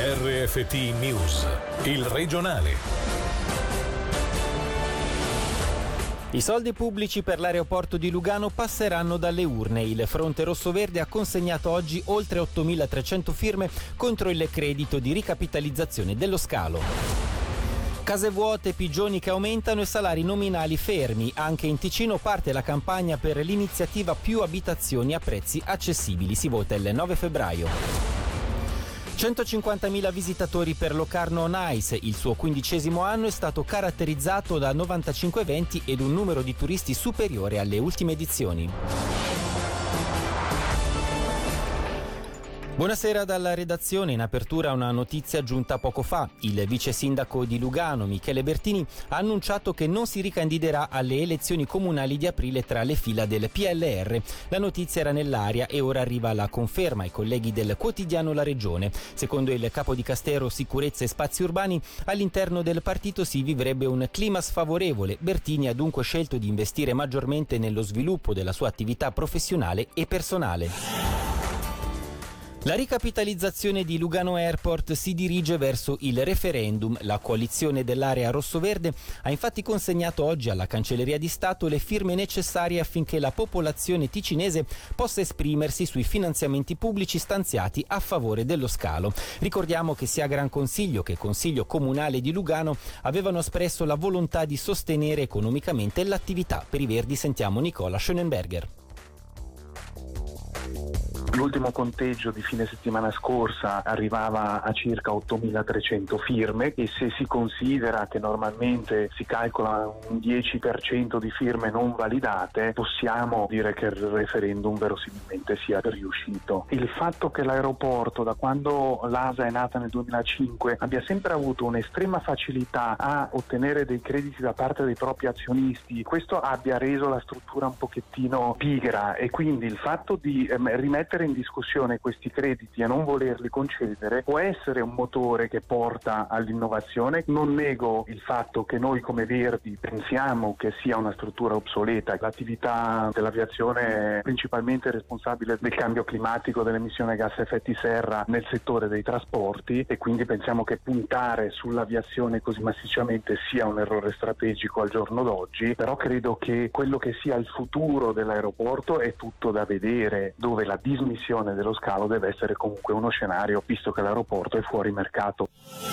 RFT News, il regionale. I soldi pubblici per l'aeroporto di Lugano passeranno dalle urne. Il Fronte Rossoverde ha consegnato oggi oltre 8.300 firme contro il credito di ricapitalizzazione dello scalo. Case vuote, pigioni che aumentano e salari nominali fermi. Anche in Ticino parte la campagna per l'iniziativa Più abitazioni a prezzi accessibili. Si vota il 9 febbraio. 150.000 visitatori per Locarno on Ice. Il suo 15° anno è stato caratterizzato da 95 eventi ed un numero di turisti superiore alle ultime edizioni. Buonasera dalla redazione. In apertura una notizia giunta poco fa. Il vice sindaco di Lugano, Michele Bertini, ha annunciato che non si ricandiderà alle elezioni comunali di aprile tra le fila del PLR. La notizia era nell'aria e ora arriva la conferma ai colleghi del quotidiano La Regione. Secondo il capo di Castero Sicurezza e Spazi Urbani, all'interno del partito si vivrebbe un clima sfavorevole. Bertini ha dunque scelto di investire maggiormente nello sviluppo della sua attività professionale e personale. La ricapitalizzazione di Lugano Airport si dirige verso il referendum. La coalizione dell'area rossoverde ha infatti consegnato oggi alla Cancelleria di Stato le firme necessarie affinché la popolazione ticinese possa esprimersi sui finanziamenti pubblici stanziati a favore dello scalo. Ricordiamo che sia Gran Consiglio che Consiglio Comunale di Lugano avevano espresso la volontà di sostenere economicamente l'attività. Per i Verdi sentiamo Nicola Schönenberger. L'ultimo conteggio di fine settimana scorsa arrivava a circa 8.300 firme e se si considera che normalmente si calcola un 10% di firme non validate, possiamo dire che il referendum verosimilmente sia riuscito. Il fatto che l'aeroporto, da quando l'ASA è nata nel 2005, abbia sempre avuto un'estrema facilità a ottenere dei crediti da parte dei propri azionisti, questo abbia reso la struttura un pochettino pigra e quindi il fatto di rimettere in discussione questi crediti e non volerli concedere può essere un motore che porta all'innovazione. Non nego il fatto che noi come Verdi pensiamo che sia una struttura obsoleta. L'attività dell'aviazione è principalmente responsabile del cambio climatico, dell'emissione gas a effetti serra nel settore dei trasporti e quindi pensiamo che puntare sull'aviazione così massicciamente sia un errore strategico al giorno d'oggi, però credo che quello che sia il futuro dell'aeroporto è tutto da vedere, dove la dismissione dello scalo deve essere comunque uno scenario, visto che l'aeroporto è fuori mercato.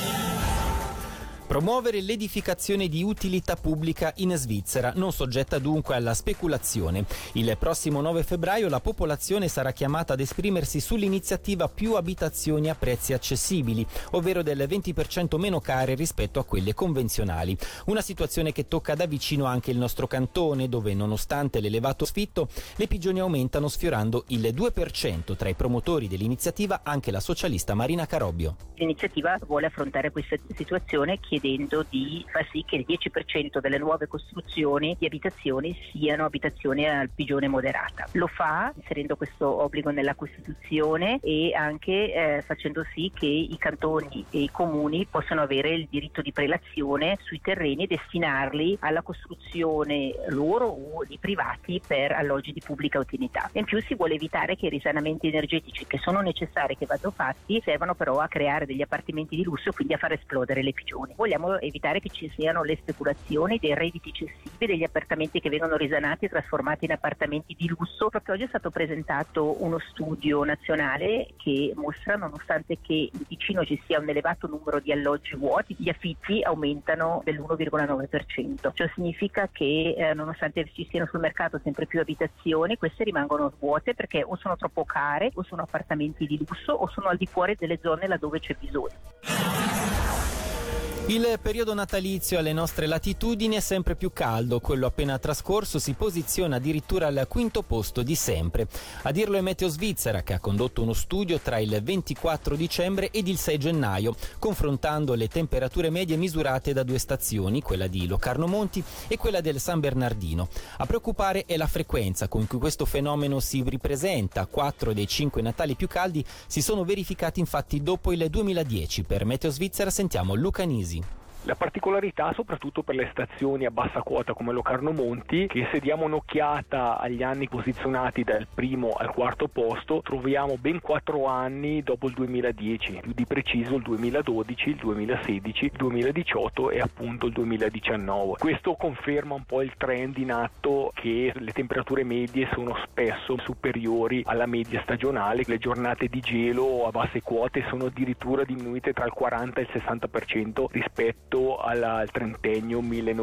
Promuovere l'edificazione di utilità pubblica in Svizzera, non soggetta dunque alla speculazione. Il prossimo 9 febbraio la popolazione sarà chiamata ad esprimersi sull'iniziativa Più abitazioni a prezzi accessibili, ovvero del 20% meno care rispetto a quelle convenzionali. Una situazione che tocca da vicino anche il nostro cantone, dove nonostante l'elevato affitto, le pigioni aumentano sfiorando il 2%. Tra i promotori dell'iniziativa anche la socialista Marina Carobbio. L'iniziativa vuole affrontare questa situazione chiedendo di far sì che il 10% delle nuove costruzioni di abitazioni siano abitazioni al pigione moderata. Lo fa inserendo questo obbligo nella Costituzione e anche facendo sì che i cantoni e i comuni possano avere il diritto di prelazione sui terreni e destinarli alla costruzione loro o di privati per alloggi di pubblica utilità. In più si vuole evitare che i risanamenti energetici che sono necessari, che vadano fatti, servano però a creare degli appartamenti di lusso, quindi a far esplodere le pigioni. Vogliamo evitare che ci siano le speculazioni, dei redditi eccessivi, degli appartamenti che vengono risanati e trasformati in appartamenti di lusso. Proprio oggi è stato presentato uno studio nazionale che mostra, nonostante che in Ticino ci sia un elevato numero di alloggi vuoti, gli affitti aumentano dell'1,9%. Ciò significa che nonostante ci siano sul mercato sempre più abitazioni, queste rimangono vuote perché o sono troppo care o sono appartamenti di lusso o sono al di fuori delle zone laddove c'è bisogno. Il periodo natalizio alle nostre latitudini è sempre più caldo, quello appena trascorso si posiziona addirittura al 5° posto di sempre. A dirlo è Meteo Svizzera, che ha condotto uno studio tra il 24 dicembre ed il 6 gennaio, confrontando le temperature medie misurate da 2 stazioni, quella di Locarno Monti e quella del San Bernardino. A preoccupare è la frequenza con cui questo fenomeno si ripresenta. 4 dei 5 Natali più caldi si sono verificati infatti dopo il 2010. Per Meteo Svizzera sentiamo Luca Nisi. La particolarità soprattutto per le stazioni a bassa quota come Locarno Monti, che se diamo un'occhiata agli anni posizionati dal primo al quarto posto troviamo ben 4 anni dopo il 2010, più di preciso il 2012, il 2016, il 2018 e appunto il 2019. Questo conferma un po' il trend in atto che le temperature medie sono spesso superiori alla media stagionale. Le giornate di gelo a basse quote sono addirittura diminuite tra il 40 e il 60% rispetto al trentennio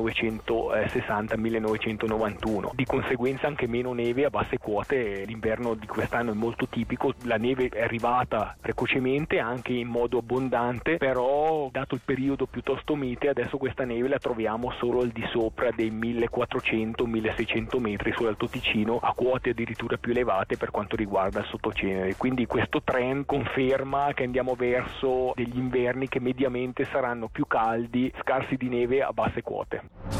1960-1991. Di conseguenza anche meno neve a basse quote. L'inverno di quest'anno è molto tipico, la neve è arrivata precocemente anche in modo abbondante, però dato il periodo piuttosto mite adesso questa neve la troviamo solo al di sopra dei 1400-1600 metri sull'Alto Ticino, a quote addirittura più elevate per quanto riguarda il sottocenere. Quindi questo trend conferma che andiamo verso degli inverni che mediamente saranno più caldi, scarsi di neve a basse quote.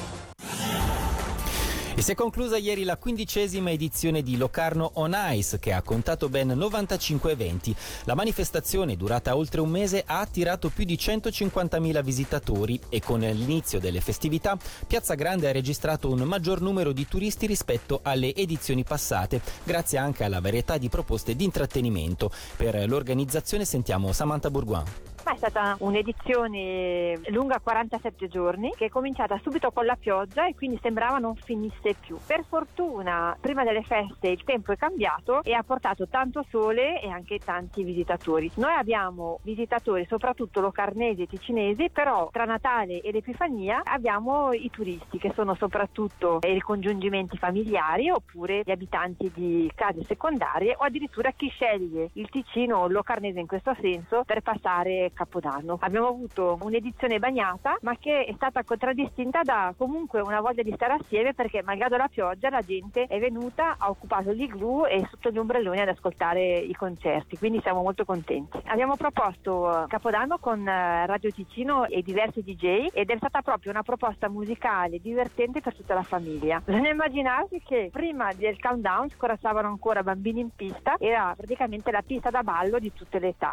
E si è conclusa ieri la 15ª edizione di Locarno on Ice, che ha contato ben 95 eventi. La manifestazione, durata oltre un mese, ha attirato più di 150.000 visitatori e con l'inizio delle festività Piazza Grande ha registrato un maggior numero di turisti rispetto alle edizioni passate, grazie anche alla varietà di proposte di intrattenimento. Per l'organizzazione sentiamo Samantha Bourgoin. È stata un'edizione lunga 47 giorni che è cominciata subito con la pioggia e quindi sembrava non finisse più. Per fortuna prima delle feste il tempo è cambiato e ha portato tanto sole e anche tanti visitatori. Noi abbiamo visitatori soprattutto locarnesi e ticinesi, però tra Natale e l'Epifania abbiamo i turisti che sono soprattutto i ricongiungimenti familiari oppure gli abitanti di case secondarie o addirittura chi sceglie il Ticino o il locarnese in questo senso per passare Capodanno. Abbiamo avuto un'edizione bagnata ma che è stata contraddistinta da comunque una voglia di stare assieme, perché malgrado la pioggia la gente è venuta, ha occupato l'igloo e sotto gli ombrelloni ad ascoltare i concerti, quindi siamo molto contenti. Abbiamo proposto Capodanno con Radio Ticino e diversi DJ ed è stata proprio una proposta musicale divertente per tutta la famiglia. Bisogna immaginarsi che prima del countdown scorazzavano ancora bambini in pista, era praticamente la pista da ballo di tutte le età.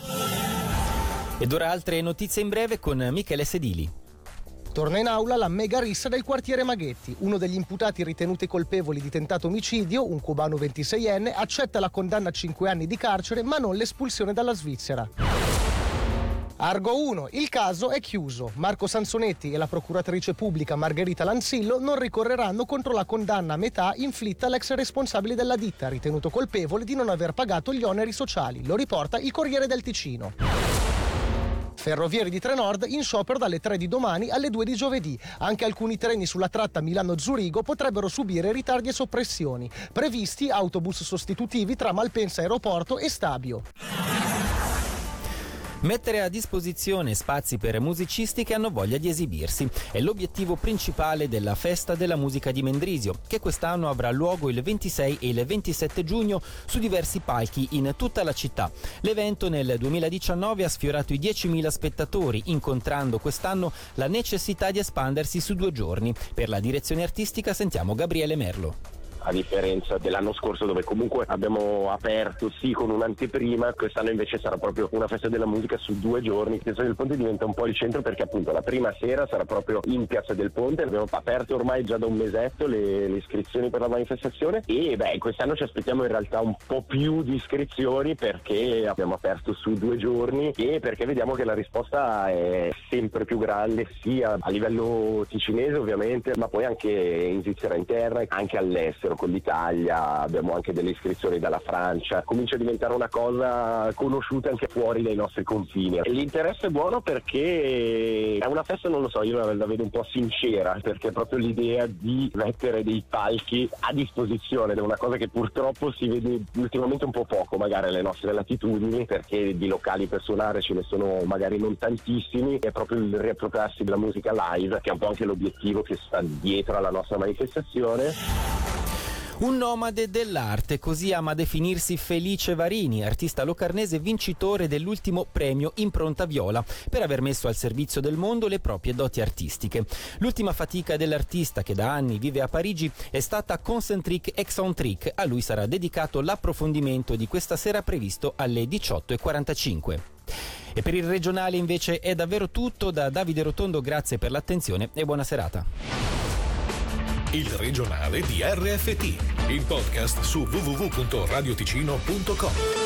Ed ora altre notizie in breve con Michele Sedili. Torna in aula la mega rissa del quartiere Maghetti. Uno degli imputati ritenuti colpevoli di tentato omicidio, un cubano 26enne, accetta la condanna a 5 anni di carcere ma non l'espulsione dalla Svizzera. Argo 1. Il caso è chiuso. Marco Sansonetti e la procuratrice pubblica Margherita Lanzillo non ricorreranno contro la condanna a metà inflitta all'ex responsabile della ditta, ritenuto colpevole di non aver pagato gli oneri sociali. Lo riporta il Corriere del Ticino. Ferrovieri di Trenord in sciopero dalle 3 di domani alle 2 di giovedì. Anche alcuni treni sulla tratta Milano-Zurigo potrebbero subire ritardi e soppressioni. Previsti autobus sostitutivi tra Malpensa Aeroporto e Stabio. Mettere a disposizione spazi per musicisti che hanno voglia di esibirsi è l'obiettivo principale della Festa della Musica di Mendrisio, che quest'anno avrà luogo il 26 e il 27 giugno su diversi palchi in tutta la città. L'evento nel 2019 ha sfiorato i 10.000 spettatori, incontrando quest'anno la necessità di espandersi su 2 giorni. Per la direzione artistica sentiamo Gabriele Merlo. A differenza dell'anno scorso dove comunque abbiamo aperto sì con un'anteprima, quest'anno invece sarà proprio una festa della musica su 2 giorni. Piazza del Ponte diventa un po' il centro perché appunto la prima sera sarà proprio in Piazza del Ponte. Abbiamo aperto ormai già da un mesetto le iscrizioni per la manifestazione e quest'anno ci aspettiamo in realtà un po' più di iscrizioni perché abbiamo aperto su 2 giorni e perché vediamo che la risposta è sempre più grande sia a livello ticinese ovviamente, ma poi anche in Svizzera interna, anche all'estero. Con l'Italia abbiamo anche delle iscrizioni dalla Francia, comincia a diventare una cosa conosciuta anche fuori dai nostri confini. E l'interesse è buono perché è una festa, non lo so, io la vedo un po' sincera, perché è proprio l'idea di mettere dei palchi a disposizione, è una cosa che purtroppo si vede ultimamente un po' poco magari alle nostre latitudini, perché di locali per suonare ce ne sono magari non tantissimi, è proprio il riappropriarsi della musica live che è un po' anche l'obiettivo che sta dietro alla nostra manifestazione. Un nomade dell'arte, così ama definirsi Felice Varini, artista locarnese vincitore dell'ultimo premio Impronta Viola, per aver messo al servizio del mondo le proprie doti artistiche. L'ultima fatica dell'artista, che da anni vive a Parigi, è stata Concentrique Excentrique. A lui sarà dedicato l'approfondimento di questa sera previsto alle 18:45. E per il regionale invece è davvero tutto. Da Davide Rotondo, grazie per l'attenzione e buona serata. Il regionale di RFT, il podcast su www.radioticino.com.